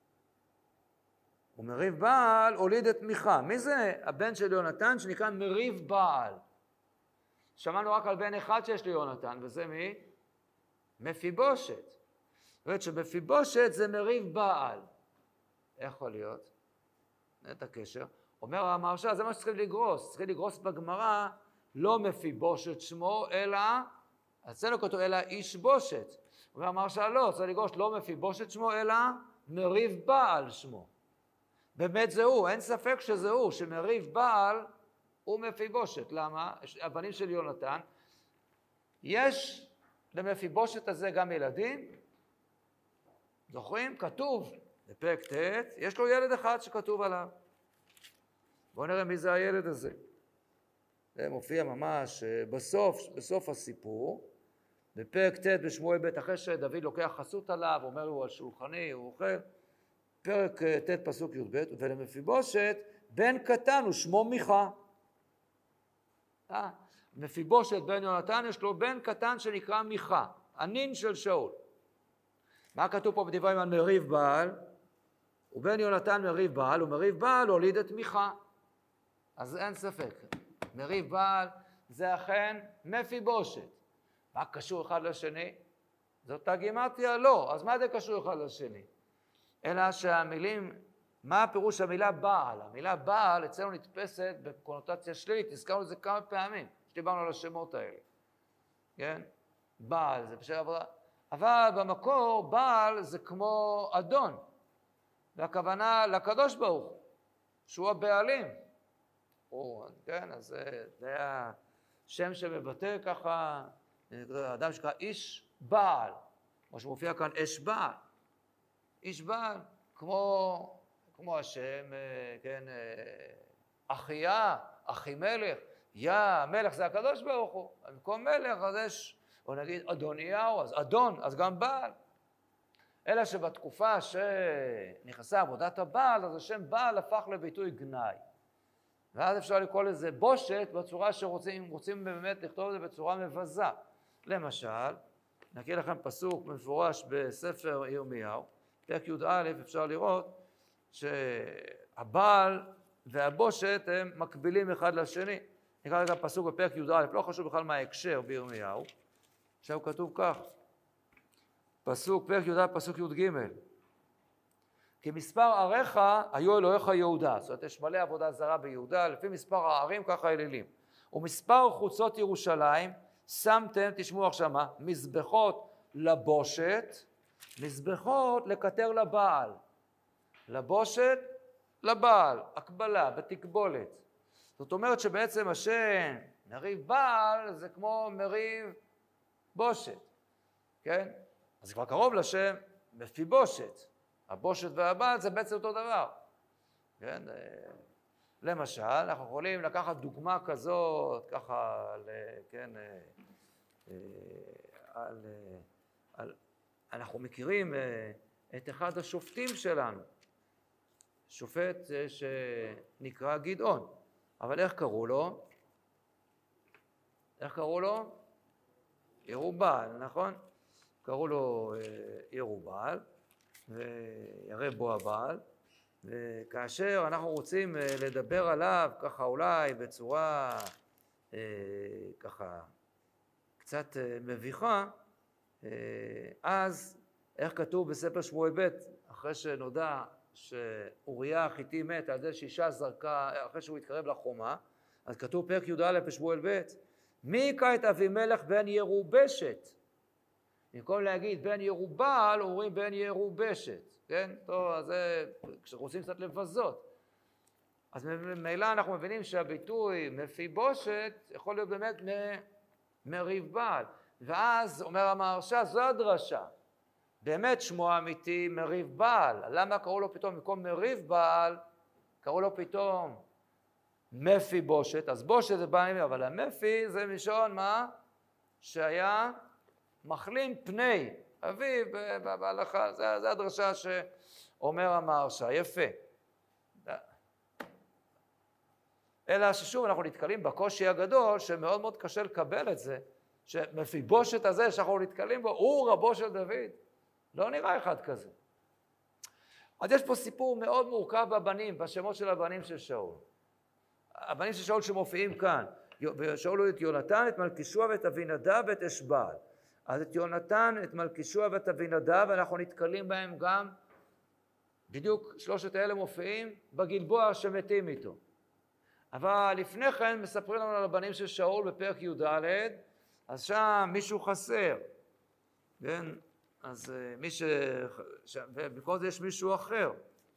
ומריב בעל הוליד את מיכה. מי זה הבן של יונתן שנקרא מריב בעל? שמענו רק על בן אחד שיש ליונתן, וזה מי? מפיבושת. זאת אומרת שמפיבושת זה מריב בעל. איך יכול להיות? את הקשר. אומר המהרש"ל, זה מה שצריכים לגרוס. צריכים לגרוס בגמרא, לא מפיבושת שמו, אלא, אצלנו כתוב, אלא איש בושת. אומר המהרש"ל, לא, צריך לגרוס לא מפיבושת שמו, אלא מריב בעל שמו. באמת זה הוא, אין ספק שזה הוא, שמריב בעל הוא מפיבושת. למה? הבנים של יונתן. יש למפיבושת הזה גם ילדים. זוכרים? כתוב בפרק ט', יש לו ילד אחד שכתוב עליו. בואו נראה מי זה הילד הזה. זה מופיע ממש בסוף הסיפור. בפרק ט' בשמואל ב', אחרי שדוד לוקח חסות עליו, אומר לו על שולחני, הוא אוכל. פרק ט' פסוק י"ב, ולמפיבושת בן קטן ושמו מיכה. מפיבושת בן יונתן יש לו בן קטן שנקרא מיכה, הנין של שאול. מה כתוב פה בדברים על מריב בעל? ובן יונתן מריב בעל, ומריב בעל הוליד את מיכה. אז אין ספק, מריב בעל זה אכן מפיבושת. מה קשור אחד לשני? זאת הגימטריה? לא. אז מה זה קשור אחד לשני? אלא שהמילים, מה הפירוש המילה בעל? המילה בעל אצלנו נתפסת בקונוטציה שלילית, הזכרנו את זה כמה פעמים, שדיברנו על השמות האלה. כן? בעל, זה בשביל עבודה. אבל במקור בעל זה כמו אדון, והכוונה לקדוש ברוך הוא, שהוא הבעלים. כן, אז זה היה שם שמבטא ככה, אדם שקרא איש בעל, כמו שמופיע כאן אש בעל. איש בעל, כמו השם, כן, אחיה, אחימלך, מלך זה הקדוש ברוך הוא, במקום מלך אז יש, או נגיד אדוניהו, אז אדון, אז גם בעל. אלא שבתקופה שנכנסה עבודת הבעל, אז השם בעל הפך לביטוי גנאי. ואז אפשר לקרוא לזה בושת בצורה רוצים באמת לכתוב את זה בצורה מבזה. למשל, נקריא לכם פסוק מפורש בספר ירמיהו, פרק י"א, אפשר לראות שהבעל והבושת הם מקבילים אחד לשני. נקרא רגע פסוק בפרק י"א, לא חשוב בכלל מה ההקשר בירמיהו. עכשיו כתוב כך, פסוק, פרק י"א, פסוק י"ג. כי מספר עריך היו אלוהיך יהודה. זאת אומרת, יש מלא עבודה זרה ביהודה, לפי מספר הערים ככה אלילים. ומספר חוצות ירושלים, שמתם, תשמעו עכשיו מה, מזבחות לבושת, מזבחות לקטר לבעל. לבושת, לבעל, הקבלה, בתקבולת. זאת אומרת שבעצם השם מריב בעל זה כמו מריב בושת, כן? אז זה כבר קרוב לשם מפיבושת. הבושת והבעל זה בעצם אותו דבר, כן? למשל, אנחנו יכולים לקחת דוגמה כזאת, ככה, כן, אנחנו מכירים את אחד השופטים שלנו, שופט שנקרא גדעון, אבל איך קראו לו? איך קראו לו? ירובעל, נכון? קראו לו ירובעל, וירא בו הבעל, וכאשר אנחנו רוצים לדבר עליו ככה אולי בצורה ככה קצת מביכה, אז איך כתוב בספר שמואל ב', אחרי שנודע שאוריה החיתי מת על זה שאישה זרקה, אחרי שהוא התקרב לחומה, אז כתוב פרק י"א בשמואל ב', מי היכה את אבימלך בן ירובשת? במקום להגיד בן ירובעל, אומרים בן ירובשת, כן? טוב, אז זה, כשרוצים קצת לבזות. אז ממילא אנחנו מבינים שהביטוי מפיבושת יכול להיות באמת מריב בעל. ואז אומר המהרש"א, זו הדרשה. באמת שמו האמיתי מריב בעל. למה קראו לו פתאום, במקום מריב בעל, קראו לו פתאום מפיבושת? אז בושת זה בא, אבל המפי זה מלשון מה? שהיה מחלים פני אביו בהלכה. זה הדרשה שאומר המהרש"א. יפה. אלא ששוב אנחנו נתקלים בקושי הגדול, שמאוד מאוד קשה לקבל את זה, שמפיבושת הזה שאנחנו נתקלים בו, הוא רבו של דוד. לא נראה אחד כזה. אז יש פה סיפור מאוד מורכב בבנים, בשמות של הבנים של שאול. הבנים של שאול שמופיעים כאן, שאולו את יונתן, את מלכישוע ואת אבינדב ואת אשבעל. אז את יונתן, את מלכישוע ואת אבינדב, אנחנו נתקלים בהם גם, בדיוק שלושת האלה מופיעים בגלבוע שמתים איתו. אבל לפני כן מספרים לנו על הבנים של שאול בפרק י"ד, אז שם מישהו חסר, כן? אז ובכל זה יש מישהו אחר.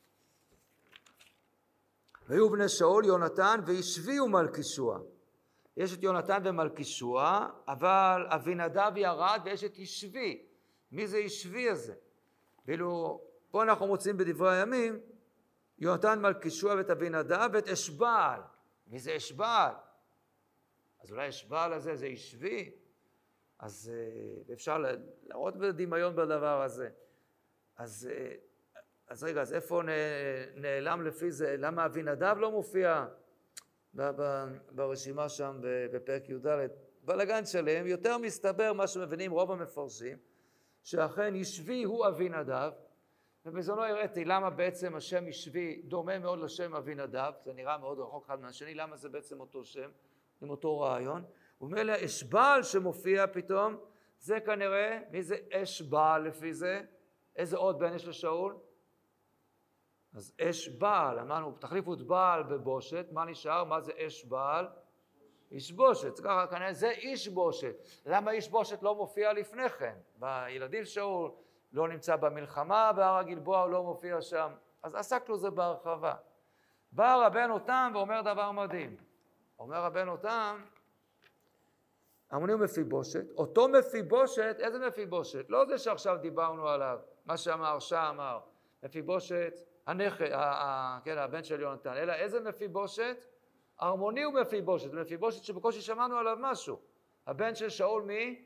והיו בני שאול יונתן וישבי ומלכישוע. יש את יונתן ומלכישוע, אבל אבינדב ירד ויש את ישבי. מי זה ישבי הזה? ואילו פה אנחנו מוצאים בדברי הימים, יונתן מלכישוע ואת אבינדב ואת אשבעל. מי זה אשבעל? אז אולי אשבעל הזה זה ישבי? אז אפשר לראות בדמיון בדבר הזה. אז רגע, אז איפה נעלם לפי זה? למה אבינדב לא מופיע ברשימה שם בפרק י"ד? בלגן שלהם, יותר מסתבר מה שמבינים רוב המפרשים, שאכן ישבי הוא אבינדב, ובזמנו הראיתי למה בעצם השם ישבי דומה מאוד לשם אבינדב, זה נראה מאוד רחוק אחד מהשני, למה זה בעצם אותו שם, עם אותו רעיון. ומילא אשבעל שמופיע פתאום, זה כנראה, מי זה אשבעל לפי זה? איזה עוד בן יש לשאול? אז אשבעל, אמרנו, תחליפו את בעל בבושת, מה נשאר? מה זה אשבעל? איש בושת, ככה כנראה זה איש בושת. למה איש בושת לא מופיע לפני כן? בילדים שאול לא נמצא במלחמה, בהר הגלבוע הוא לא מופיע שם. אז עסקנו זה בהרחבה. בא רבנו תם ואומר דבר מדהים. אומר רבנו תם, אמרנו מפיבושת, אותו מפיבושת, איזה מפיבושת? לא זה שעכשיו דיברנו עליו, מה שהמהרש"א אמר, מפיבושת, כן, הבן של יונתן, אלא איזה מפיבושת? ארמוני הוא מפיבושת, מפיבושת שבקושי שמענו עליו משהו. הבן של שאול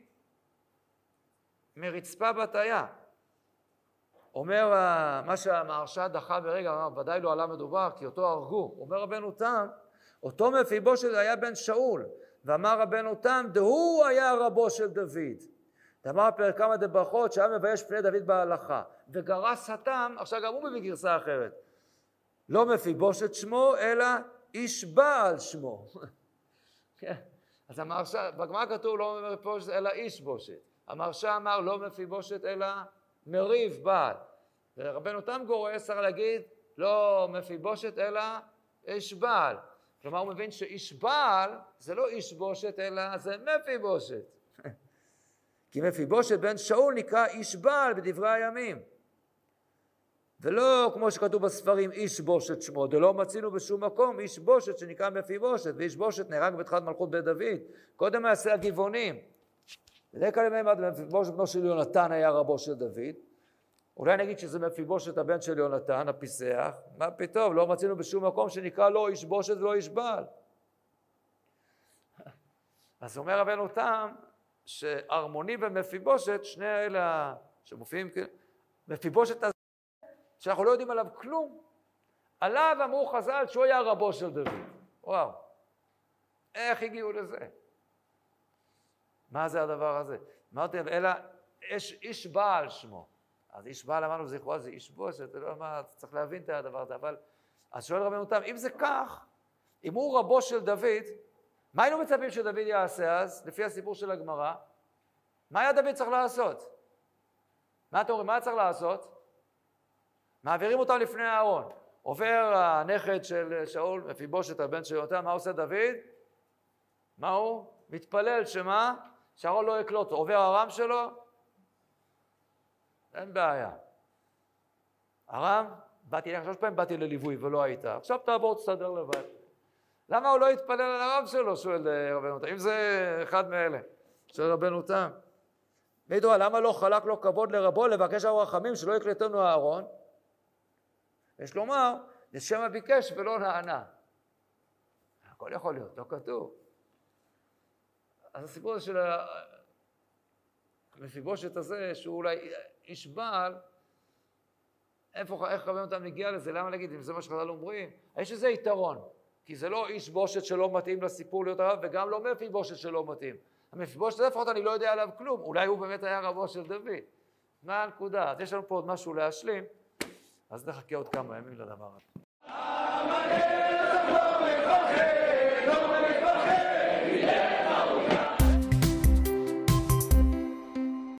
מרצפה בתיה. אומר, מה שהמהרש"א דחה ברגע, אמר, ודאי לא עליו מדובר, כי אותו הרגו. אומר רבנו תם, אותו מפיבושת היה בן שאול, ואמר רבנו תם, דהוא היה רבו של דוד. אמר פרק כמה דברכות, שהיה מבייש פני דוד בהלכה. וגרס התם, עכשיו גם הוא מביא גרסה אחרת. לא מפיבושת שמו, אלא איש בעל שמו. אז המהרש"א, בגמרא כתוב לא מפיבושת, אלא איש בושת. המהרש"א אמר לא מפיבושת, אלא מריב בעל. ורבנו תם גורס צריך להגיד לא מפיבושת, אלא איש בעל. כלומר הוא מבין שאיש בעל זה לא איש בושת, אלא זה מפיבושת. כי מפיבושת בן שאול נקרא איש בעל בדברי הימים. ולא כמו שכתוב בספרים איש בושת שמו, דלא מצינו בשום מקום איש בושת שנקרא מפיבושת, ואיש בושת נהרג בתחילת מלכות בית דוד, קודם מעשה הגבעונים. בדרך כלל מפיבושת בנו של יונתן היה רבו של דוד, אולי נגיד שזה מפיבושת הבן של יונתן, הפיסח, מה פתאום, לא מצינו בשום מקום שנקרא לא איש בושת ולא איש בעל. אז אומר רבנו תם, שארמוני ומפיבושת, שני האלה שמופיעים, מפיבושת הזה, שאנחנו לא יודעים עליו כלום, עליו אמרו חז"ל שהוא היה רבו של דוד. וואו, איך הגיעו לזה? מה זה הדבר הזה? אמרתם, אלא איש בעל שמו. אז איש בעל אמרנו, זכרו, זה איש בושת, זה לא מה, צריך להבין את הדבר הזה, אבל, אז שואל רבנו תם, אם זה כך, אם הוא רבו של דוד, מה היינו מצפים שדוד יעשה אז, לפי הסיפור של הגמרא? מה היה דוד צריך לעשות? מה אתם אומרים, מה צריך לעשות? מעבירים אותם לפני הארון. עובר הנכד של שאול, מפיבושת הבן של יונתן, מה עושה דוד? מה הוא? מתפלל שמה? שהארון לא יקלוט. עובר הרם שלו, אין בעיה. הרב, באתי לך 3 פעמים, באתי לליווי ולא היית. עכשיו תעבור, תסתדר לבד. למה הוא לא התפלל על הרב שלו, שואל רבנו תם? אם זה אחד מאלה, שואל רבנו תם. מידוע, למה לא חלק לו כבוד לרבו לבקש על רחמים שלא יקלטנו הארון? יש לומר, לשם ביקש ולא נענה. הכל יכול להיות, לא כתוב. אז הסיפור הזה של המפיבושת הזה, שהוא אולי איש בעל, איך רבנו תם נגיע לזה? למה להגיד, אם זה מה שחז"ל אומרים? יש איזה יתרון, כי זה לא איש בושת שלא מתאים לסיפור להיות הרב, וגם לא מפיבושת שלא מתאים. המפיבושת הזה לפחות אני לא יודע עליו כלום, אולי הוא באמת היה רבו של דוד. מה הנקודה? אז יש לנו פה עוד משהו להשלים, אז נחכה עוד כמה ימים לדבר הזה.